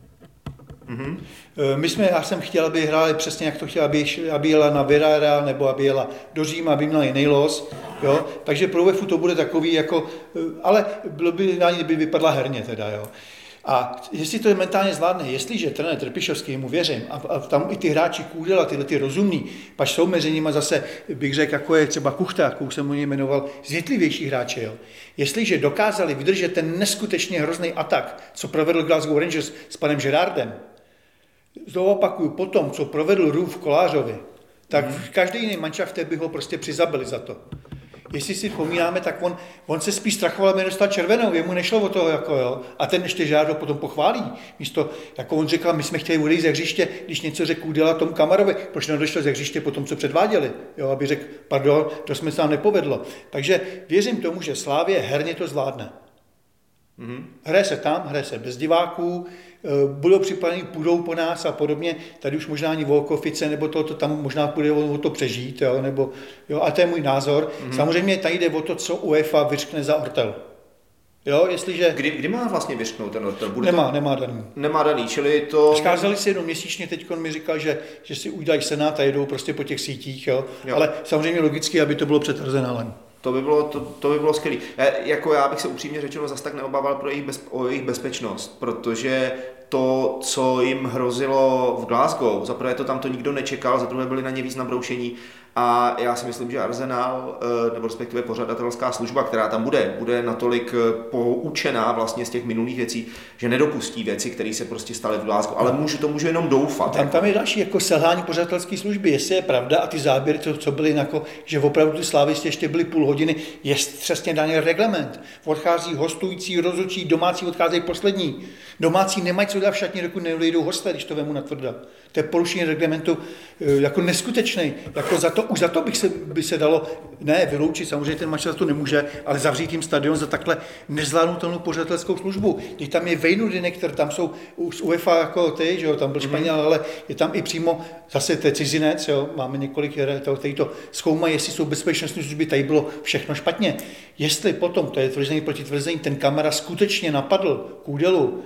Já jsem chtěl, aby hráli přesně, jak to chtěl, aby jela na Villarreal nebo aby jela do Říma, aby měla jiný los. Jo? Takže pro UEFA to bude takový, jako, ale bylo by rádi, kdyby vypadla herně teda. Jo? A jestli to mentálně zvládne, jestliže trenér Trpišovský, mu věřím, a tam i ty hráči Kůdela, tyhle ty rozumní, pač jsou mezi nimi zase, bych řekl, jako je třeba Kuchta, jak jsem mu jmenoval, zvětlivější hráče. Jo. Jestliže dokázali vydržet ten neskutečně hrozný atak, co provedl Glasgow Rangers s panem Gerardem, znovu opakuju, potom, co provedl Rův Kolářovi, tak každý jiný manšaft by ho prostě přizabili za to. Jestli si vzpomínáme, tak on se spíš strachoval, aby dostal červenou, jemu nešlo o toho, jako jo. A ten ještě žádnou potom pochválí. Místo, jako on řekl, my jsme chtěli odejít ze hřiště, když něco řekl Kůdela tomu Kamarovi, proč nedošlo ze hřiště po tom, co předváděli, jo, aby řekl, pardon, to jsme se nám nepovedlo. Takže věřím tomu, že Slavie herně to zvládne. Hraje se tam, hraje se bez diváků, budou připraveni, půjdou po nás a podobně. Tady už možná ani Volkovice, nebo to tam možná půjde o to přežít, jo, nebo, jo, a to je můj názor. Samozřejmě tady jde o to, co UEFA vyřkne za Ortel. Jo, jestliže... Kdy má vlastně vyřknout ten Ortel? Nemá daný. Nemá daný, čili to... Scházeli si jenom měsíčně, teď mi říkal, že si udělají senát a jedou prostě po těch sítích, jo. Ale samozřejmě logicky, aby to bylo před Arsenálem. To by bylo skvělé. Jako já bych se upřímně řečeno zas tak neobával o jejich bezpečnost, protože to, co jim hrozilo v Glasgow, za prvé to tam to nikdo nečekal, za druhé byli na ně víc nabroušení a já si myslím, že Arsenal, nebo respektive pořadatelská služba, která tam bude natolik poučená vlastně z těch minulých věcí, že nedopustí věci, které se prostě staly v Glasgow, ale můžu jenom doufat. Tam je další jako selhání pořadatelské služby, jestli je pravda a ty záběry, co byly, jako, že opravdu ty slávisti ještě byly půl hodiny, je přesně daný reglement. Odchází hostující, rozhodčí, domácí odcházejí poslední. Domácí nemají co dělat v šatně, dokud neodejdou hosté, když to vemu natvrdo. To je porušení reglementu jako neskutečný. Jako už za to by se dalo ne vyloučit, samozřejmě ten mač za to nemůže, ale zavřít tím stadion za takhle nezvládnutelnou pořadatelskou službu. Když tam je Vejnudiny, které tam jsou z UEFA jako ty, že jo, tam byl Španěl, ale je tam i přímo zase ten cizinec, jo, máme několik, kteří to zkoumají, jestli jsou bezpečnostní služby, tady bylo všechno špatně. Jestli potom, to je tvrzení proti tvrzení, ten kamera skutečně napadl Kůdelu,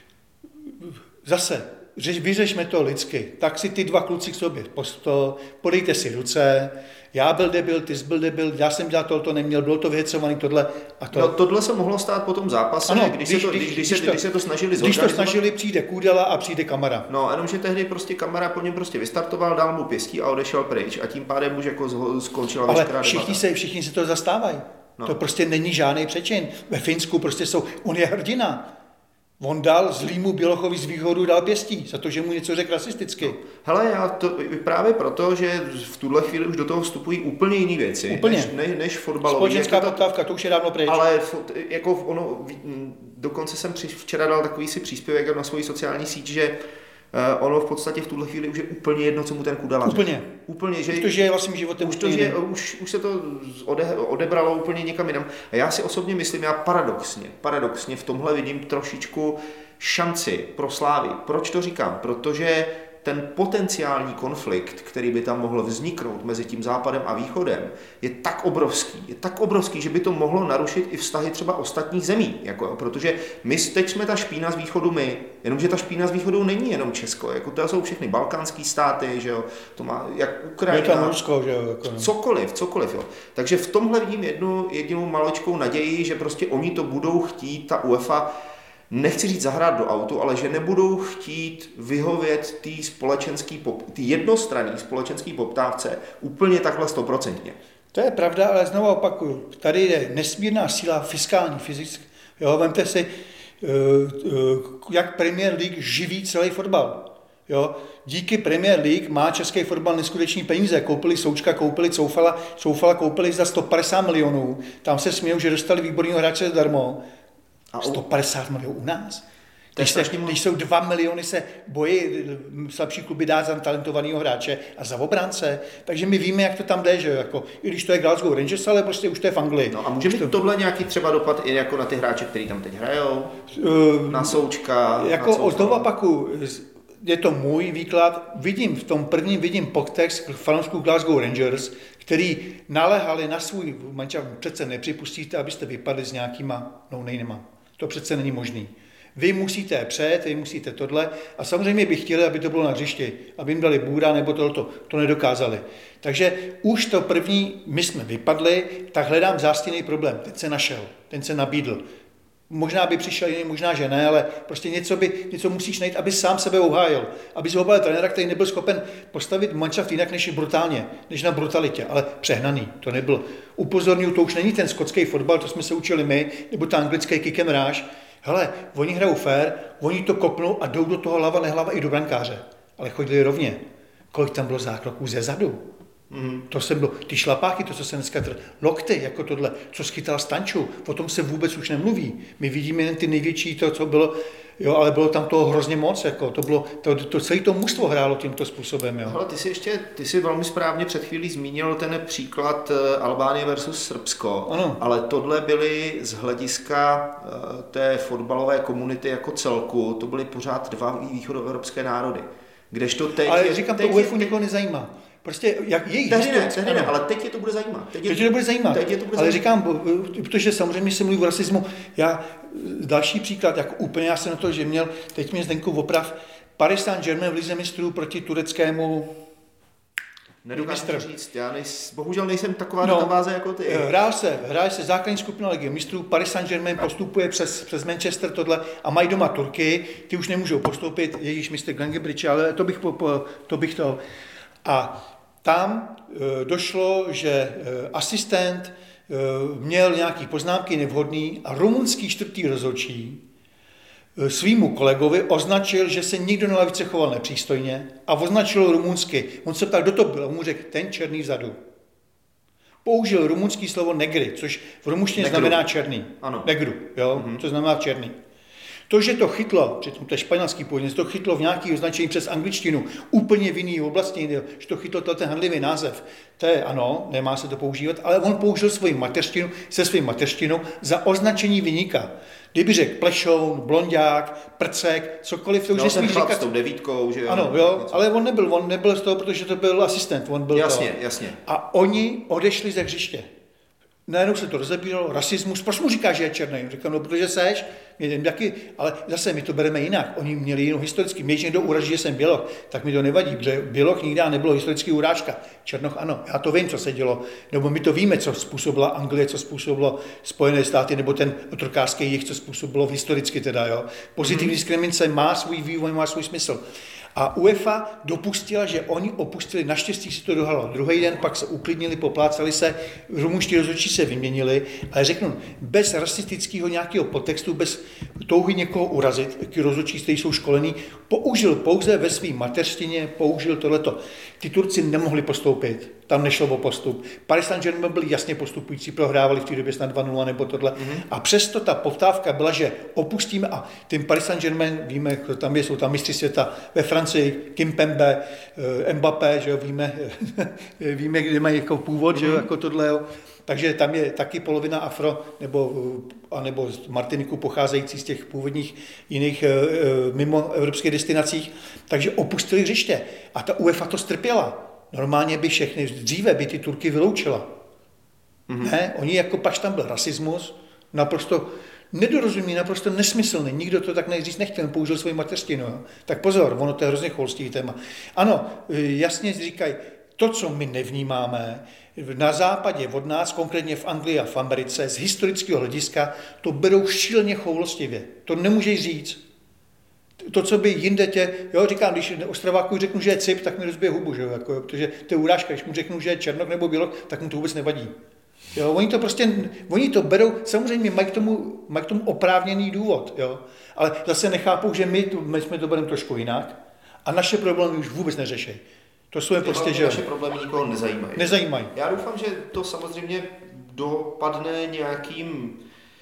zase, vyřešme to lidsky, tak si ty dva kluci k sobě podejte si ruce, já byl debil, ty jsi byl debil, já jsem dělal tohle, neměl, bylo to vyhecovaný tohle a to. No, tohle se mohlo stát po tom zápase, ano, když se to snažili zorganizovat. Když to snažili, přijde Kůdela a přijde Kamara. No, jenomže tehdy prostě Kamara po něm prostě vystartoval, dal mu pěstí a odešel pryč a tím pádem už jako skončila veškerá debata. Ale všichni se to zastávají. No. To prostě není žádný přečin. Ve Finsku prostě on je hrdina. On dal zlýmu Bělochovi z východu dal pěstí, za to, že mu něco řekl rasisticky. No. Hele, právě proto, že v tuhle chvíli už do toho vstupují úplně jiné věci, než fotbalové. Společenská poptávka, to už je dávno pryč. Ale jako dokonce jsem včera dal takový si příspěvek na svoji sociální síť, že ono v podstatě v tuhle chvíli už je úplně jedno, co mu ten Kudela řekl. Úplně, že to žije vlastním životem. Už se to odebralo úplně někam jinam. A já si osobně myslím, já paradoxně v tomhle vidím trošičku šanci pro Slávy. Proč to říkám? Protože ten potenciální konflikt, který by tam mohl vzniknout mezi tím západem a východem, je tak obrovský, že by to mohlo narušit i vztahy třeba ostatních zemí, protože teď jsme ta špína z východu jenomže ta špína z východu není jenom Česko, jako to jsou všechny balkánský státy, že jo, to má jak Ukrajina, Rusko, že jo, jako cokoliv, jo. Takže v tomhle vidím jedinou maličkou naději, že prostě oni to budou chtít, ta UEFA, nechci říct zahrát do autu, ale že nebudou chtít vyhovět té jednostranné společenské poptávce úplně takhle 100%. To je pravda, ale znovu opakuju, tady je nesmírná síla fiskální, fyzická. Jo, vemte si, jak Premier League živí celý fotbal. Jo, díky Premier League má český fotbal neskutečný peníze. Koupili Součka, koupili Coufala koupili za 150 milionů. Tam se smějou, že dostali výborného hráče zadarmo. 150 milionů u nás. Když jsou 2 miliony se bojí slabší kluby dát za talentovaného hráče a za obránce, takže my víme, jak to tam jde, že jako, i když to je Glasgow Rangers, ale prostě už to je v Anglii. No a může mít tohle nějaký třeba dopad i jako na ty hráče, kteří tam teď hrajou? Na Součka? Jako od toho opaku, je to můj výklad, v tom prvním podtext fanoušků Glasgow Rangers, který naléhali na svůj mančaft, přece nepřipustíte, abyste vypadli s nějakýma no-nameama. To přece není možný. Vy musíte přejet, vy musíte tohle a samozřejmě by chtěli, aby to bylo na hřišti, aby jim dali bůra nebo tohleto. To nedokázali. Takže už to první, my jsme vypadli, tak hledám zástěnný problém. Ten se našel, ten se nabídl. Možná by přišel jiný, možná, že ne, ale prostě něco musíš najít, aby sám sebe uhájil. Aby si obal trenéra, který nebyl schopen postavit manšaft jinak než brutálně, než na brutalitě, ale přehnaný. To nebyl. Upozorňuji, to už není ten skotský fotbal, to jsme se učili my, nebo ta anglický kick and rush. Hele, oni hrajou fair, oni to kopnou a jdou do toho hlava, nehlava i do brankáře. Ale chodili rovně. Kolik tam bylo zákroků ze zadu? To jsem byl, ty šlapáky, to, co se dneska lokty, jako tohle, co schytal Stanču, o tom se vůbec už nemluví. My vidíme jen ty největší, to, co bylo, jo, ale bylo tam toho hrozně moc, jako, to bylo, to celé to mužstvo hrálo tímto způsobem. Jo. Ale ty jsi velmi správně před chvílí zmínil ten příklad Albánie versus Srbsko, ano. Ale tohle byly z hlediska té fotbalové komunity jako celku, to byly pořád dva východoevropské národy. Kdežto teď... Ale říkám, to UEFA nikoho nezajímá. Prostě jak jejich tehdy ne, ale teď je to bude zajímat. Teď to bude zajímat. Ale říkám, protože samozřejmě se mluví o rasismu. Další příklad, jako úplně já jsem na to, že měl, teď mě Zdenku oprav, Paris Saint-Germain v lize mistrů proti tureckému. Nedokážu říct, bohužel nejsem taková databáze jako ty. Hraje se základní skupina Ligy mistrů, Paris Saint-Germain postupuje přes Manchester tohle a mají doma Turky, ty už nemůžou postoupit, jejíž mistr Glengebridge, ale to bych to. A tam došlo, že asistent měl nějaký poznámky nevhodný a rumunský čtvrtý rozhodčí svýmu kolegovi označil, že se nikdo na lavice choval nepřístojně a označil rumunsky. On se ptal, kdo to byl, on mu řekl, ten černý vzadu. Použil rumunský slovo negry, což v rumunštině znamená černý. Ano. Negru, jo, to znamená černý. To, že to chytlo, přitom to je španělský původně, to chytlo v nějaký označení přes angličtinu, úplně v jiný oblasti, že to chytlo ten handlivý název, to je ano, nemá se to používat, ale on použil svoji mateřštinu se svým mateřštinou za označení viníka. Kdyby řekl plešoun, blonďák, prcek, cokoliv, to už nesmí říkat. S tou devítkou, že jo? Ano, jo, ale on nebyl z toho, protože to byl asistent, on byl Jasně. A oni odešli ze hřiště. Najednou se to rozebíralo, rasismus, proč mu říká, že je černý? Říkám, no, protože seš, ale zase my to bereme jinak. Oni měli jinou historicky, mě někdo uraží, že jsem běloch, tak mi to nevadí, protože běloch nikdy nebylo historický urážka. Černoch ano, já to vím, co se dělo, nebo my to víme, co způsobila Anglie, co způsobilo Spojené státy, nebo ten otrokářský jich, co způsobilo historicky teda, jo. Pozitivní diskriminace má svůj vývoj, má svůj smysl. A UEFA dopustila, že oni opustili, naštěstí si to dohalo. Druhý den pak se uklidnili, poplácali se, rumunští rozhodčí se vyměnili, ale řeknu, bez rasistického nějakého podtextu, bez touhy někoho urazit, ty rozhodčí, kteří jsou školení, použil pouze ve své mateřštině, použil tohleto. Ty Turci nemohli postoupit, tam nešlo o postup. Paris Saint-Germain byli jasně postupující, prohrávali v té době snad 2-0 nebo tohle. A přesto ta poptávka byla, že opustíme a tím Paris Saint-Germain, víme, tam jsou tam mistři světa ve Francii, Kimpembe, Mbappé, že jo, víme, kde mají jako původ, že jo, jako tohle, jo. Takže tam je taky polovina Afro nebo z Martiniku pocházející z těch původních jiných mimo evropských destinacích, takže opustili hřiště. A ta UEFA to strpěla. Normálně by všechny, dříve by ty Turky vyloučila. Ne, oni jako pač tam byl rasismus, naprosto nedorozuměný, naprosto nesmyslný. Nikdo to tak neříct nechtěl, použil svoji mateřštinu. Jo. Tak pozor, ono to je hrozně cholstivý téma. Ano, jasně říkají, to, co my nevnímáme, na západě od nás, konkrétně v Anglii a v Americe, z historického hlediska, to berou šíleně choulostivě. To nemůžeš říct. To, co by jinde říkám, když Ostraváku řeknu, že je cip, tak mi rozbije hubu, že jo, jako, protože to je urážka, když mu řeknu, že je černok nebo běloch, tak mu to vůbec nevadí. Jo, oni to berou, samozřejmě mají k tomu oprávněný důvod, jo, ale zase nechápou, že my jsme to bereme trošku jinak a naše problémy už vůbec neřeší. To jsou prostě, že naše problémy nikoho nezajímají. Já doufám, že to samozřejmě dopadne nějakým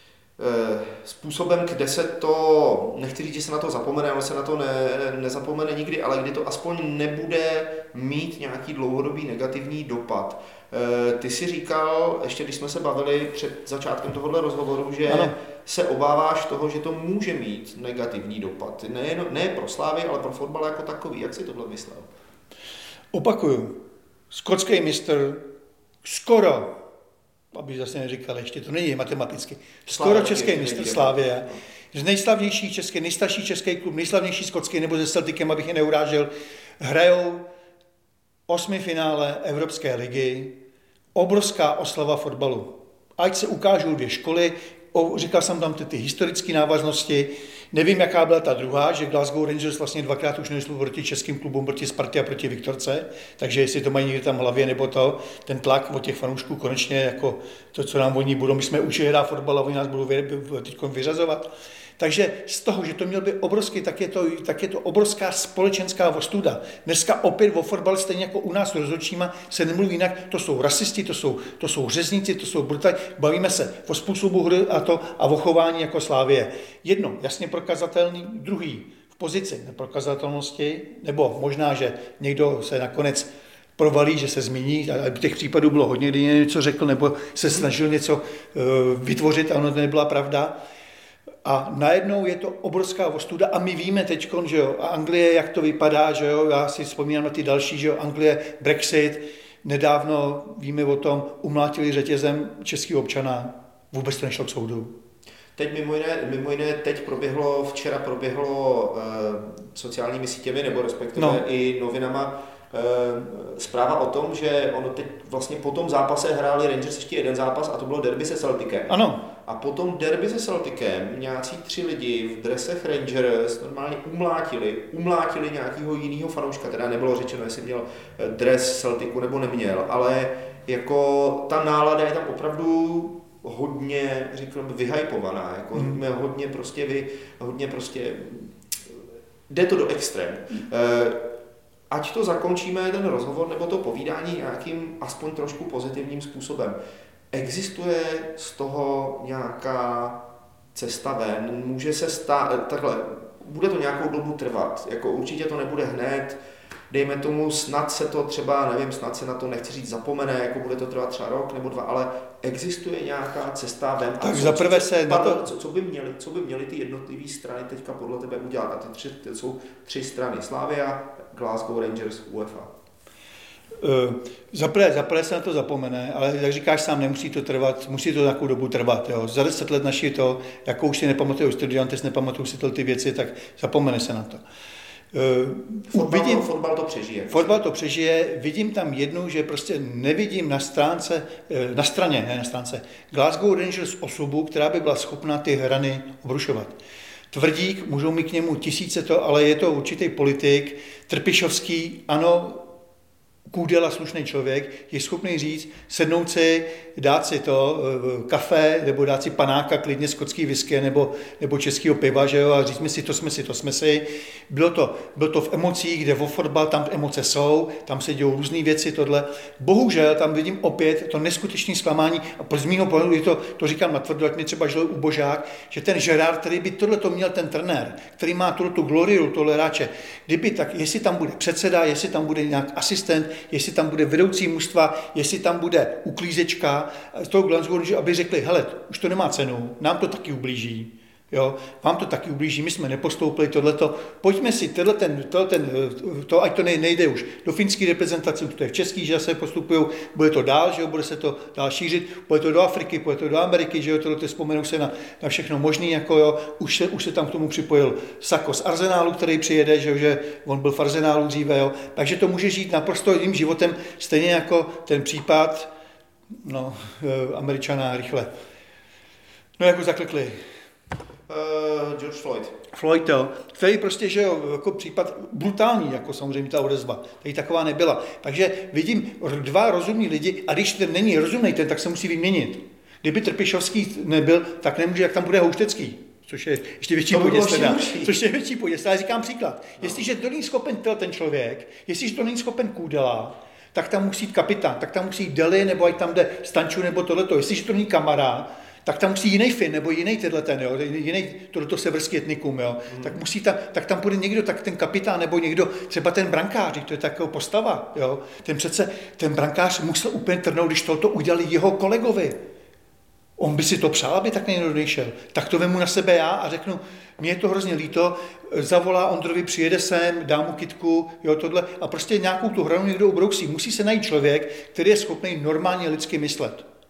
způsobem, kde se to, nechci říct, že se na to zapomene, ale se na to nezapomene nikdy, ale kdy to aspoň nebude mít nějaký dlouhodobý negativní dopad. Ty si říkal, ještě když jsme se bavili před začátkem tohohle rozhovoru, že se obáváš toho, že to může mít negativní dopad. Ne pro Slávy, ale pro fotbal jako takový. Jak si tohle myslel? Opakuju, skotský mistr skoro aby zase neříkali, ještě to není matematicky, Slávia skoro český mistr Slávie, nejstarší český klub, nejslavnější skotský nebo se Celticem, abych je neurážel, hrajou 8. finále Evropské ligy, obrovská oslava fotbalu. Ať se ukážou 2 školy, říkal jsem tam ty historické návaznosti, nevím, jaká byla ta druhá, že Glasgow Rangers vlastně 2krát už nešlo proti českým klubům, proti Spartě a proti Viktorce, takže jestli to mají někde tam v hlavě, nebo ten tlak od těch fanoušků konečně, jako to, co nám oni budou, my jsme učili hrát fotbal a oni nás budou teď vyřazovat. Takže z toho, že to měl být obrovský, tak je to obrovská společenská ostuda. Dneska opět o fotbal, stejně jako u nás s rozhodčíma, se nemluví jinak. To jsou rasisti, to jsou řezníci, to jsou brutální. Bavíme se o způsobu hry a o chování jako Slávie. Jedno, jasně prokazatelný, druhý v pozici neprokazatelnosti, nebo možná, že někdo se nakonec provalí, že se změní, a těch případů bylo hodně, kdy něco řekl, nebo se snažil něco vytvořit a ono to nebyla pravda. A najednou je to obrovská ostuda a my víme teď, že jo, a Anglie, jak to vypadá, že jo, já si vzpomínám na ty další, že jo, Anglie, Brexit, nedávno víme o tom, umlátili řetězem českého občana, vůbec to nešlo k soudu. Teď mimo jiné včera proběhlo sociálními sítěmi, nebo respektive i novinama, zpráva o tom, že ono teď vlastně po tom zápase hráli Rangers ještě jeden zápas a to bylo derby se Celticem. Ano. A potom derby se Celticem nějací 3 lidi v dresech Rangers normálně umlátili nějakého jiného fanouška, teda nebylo řečeno, jestli měl dres Celticu nebo neměl, ale jako ta nálada je tam opravdu hodně, řekl bych, vyhypovaná, jako hodně prostě jde to do extrém. Ať to zakončíme, ten rozhovor nebo to povídání nějakým aspoň trošku pozitivním způsobem. Existuje z toho nějaká cesta ven? Může se stát, takhle, bude to nějakou dobu trvat, jako určitě to nebude hned, dejme tomu, snad se to třeba, nevím, snad se na to nechci říct zapomene, jako bude to trvat třeba rok nebo 2, ale existuje nějaká cesta ven? Tak zaprvé se na to... Co by měly ty jednotlivé strany teďka podle tebe udělat? A ty jsou 3 strany, Slavia, Glasgow Rangers, UEFA. Zaprvé se na to zapomene, ale jak říkáš sám, nemusí to trvat, musí to nějakou dobu trvat. Jo. Za 10 let naši to, jako už si nepamatuju Studiantes, nepamatuju si ty věci, tak zapomene se na to. Fotbal to přežije. Fotbal to přežije, vidím tam jednu, že prostě nevidím na straně Glasgow Rangers osobu, která by byla schopná ty hrany obrušovat. Tvrdík, můžou mít k němu tisíce ale je to určitý politik, Trpišovský, ano, Kůdela, slušný člověk, je schopný říct, sednout si, dát si to kafe, nebo dát si panáka, klidně skotský whisky, nebo českého piva, že jo, a říct si, to jsme si. Bylo to v emocích, kde o fotbal, tam emoce jsou, tam se dějou různé věci, tohle. Bohužel tam vidím opět to neskutečné zklamání, a z mýho pohledu je to říkám natvrdo, ať mi třeba žil ubožák, že ten Gerard, který by tohleto měl ten trenér, který má tu gloriu, tohle hráče, kdyby tak, jestli tam bude předseda, jestli tam bude nějak asistent, jestli tam bude vedoucí mužstva, jestli tam bude uklízečka z toho Glasgow, aby řekli, hele, už to nemá cenu, nám to taky ublíží, jo, vám to taky ublíží, my jsme nepostoupili tohleto, pojďme si ať to nejde už do finské reprezentace, to je v český, že se postupují, bude to dál, že jo, bude se to dál šířit, bude to do Afriky, bude to do Ameriky, že jo, tohle vzpomenou se na všechno možný, jako jo, už se tam k tomu připojil Sako z Arsenálu, který přijede, že on byl v Arsenálu dříve, jo, takže to může žít naprosto jiným životem, stejně jako ten případ, Američana rychle. No, jako zaklekli. George Floyd, jo, který prostě, že jo, jako případ brutální, jako samozřejmě ta odezva, tady taková nebyla. Takže vidím 2 rozumní lidi a když ten není rozumný, tak se musí vyměnit. Kdyby Trpišovský nebyl, tak nemůže, jak tam bude Houštecký, což je ještě větší poděst. Já říkám příklad. Jestliže to není schopen ten člověk, jestliže to není schopen Kůdela, tak tam musí jít kapitán, tak tam musí jít Deli, nebo ať tam jde Stanču, nebo tohleto. Jestliže to není kamarád, tak tam musí jiný Fin, nebo jiný jiný tohleto severský etnikum, jo. Tak tam půjde někdo, tak ten kapitán, nebo někdo, třeba ten brankář, to je taková postava, jo. Ten brankář musel úplně trhnout, když tohleto udělali jeho kolegovi. On by si to přál, aby tak někdo odešel. Tak to vemu na sebe já a řeknu, mně je to hrozně líto, zavolá Ondrovi, přijede sem, dá mu kytku, jo, tohle, a prostě nějakou tu hranu někdo ubrousí. Musí se najít člověk, který je schopný normálně lidsky myslet.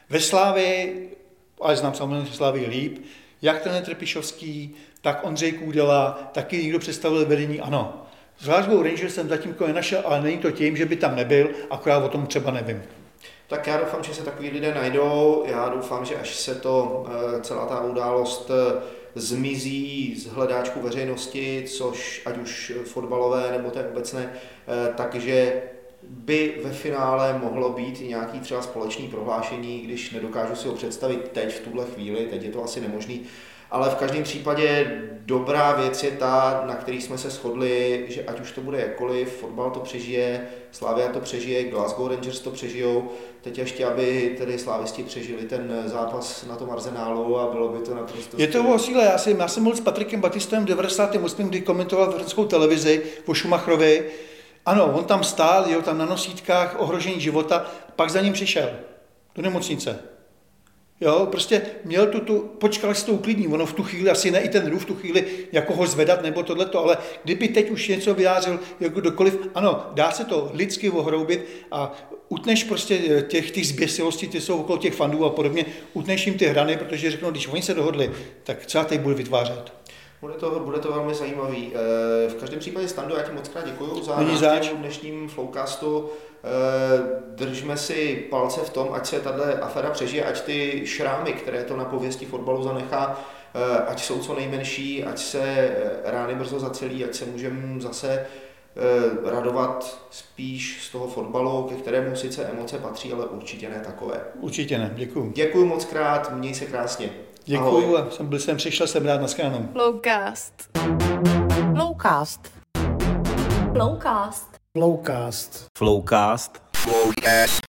Ve Slávii, ale znám samozřejmě Slávii líp, jak ten Trpišovský, tak Ondřej Kůdela, taky někdo představil vedení, ano. S Glasgow Rangers jsem zatím nenašel, ale není to tím, že by tam nebyl, akorát o tom třeba nevím. Tak já doufám, že se takový lidé najdou. Já doufám, že až se to celá ta událost zmizí z hledáčku veřejnosti, což ať už fotbalové nebo té obecné, takže by ve finále mohlo být i nějaký třeba společný prohlášení, když nedokážu si ho představit teď v tuhle chvíli, teď je to asi nemožný. Ale v každém případě dobrá věc je ta, na který jsme se shodli, že ať už to bude jakkoliv, fotbal to přežije, Slavia to přežije, Glasgow Rangers to přežijou. Teď ještě, aby tedy slávisti přežili ten zápas na tom Arsenálu a bylo by to naprosto... Je to o síle. Já jsem mluvil s Patrikem Batistem v 98., kdy komentoval vrchenskou televizi po Schumacherovi. Ano, on tam stál, jel tam na nosítkách, ohrožení života, pak za ním přišel do nemocnice. Jo, prostě měl počkal si to uklidní, ono v tu chvíli, asi ne i ten rův v tu chvíli, jako ho zvedat nebo tohleto, ale kdyby teď už něco vyjádřil, jako kdokoliv, ano, dá se to lidsky ohroubit a utneš prostě těch zběsilostí, ty jsou okolo těch fandů a podobně, utneš jim ty hrany, protože řeknou, když oni se dohodli, tak třeba teď bude vytvářet. Bude to velmi zajímavý. V každém případě, Stando, já ti moc krát děkuju za návštěvu dnešním Flowcastu. Držme si palce v tom, ať se tato aféra přežije, ať ty šrámy, které to na pověsti fotbalu zanechá, ať jsou co nejmenší, ať se rány brzo zacelí, ať se můžeme zase radovat spíš z toho fotbalu, ke kterému sice emoce patří, ale určitě ne takové. Určitě ne, děkuju. Děkuju moc krát, měj se krásně. Děkuju a přišel jsem rád na shledanou. Flowcast. Flowcast. Flowcast. Flowcast. Flowcast.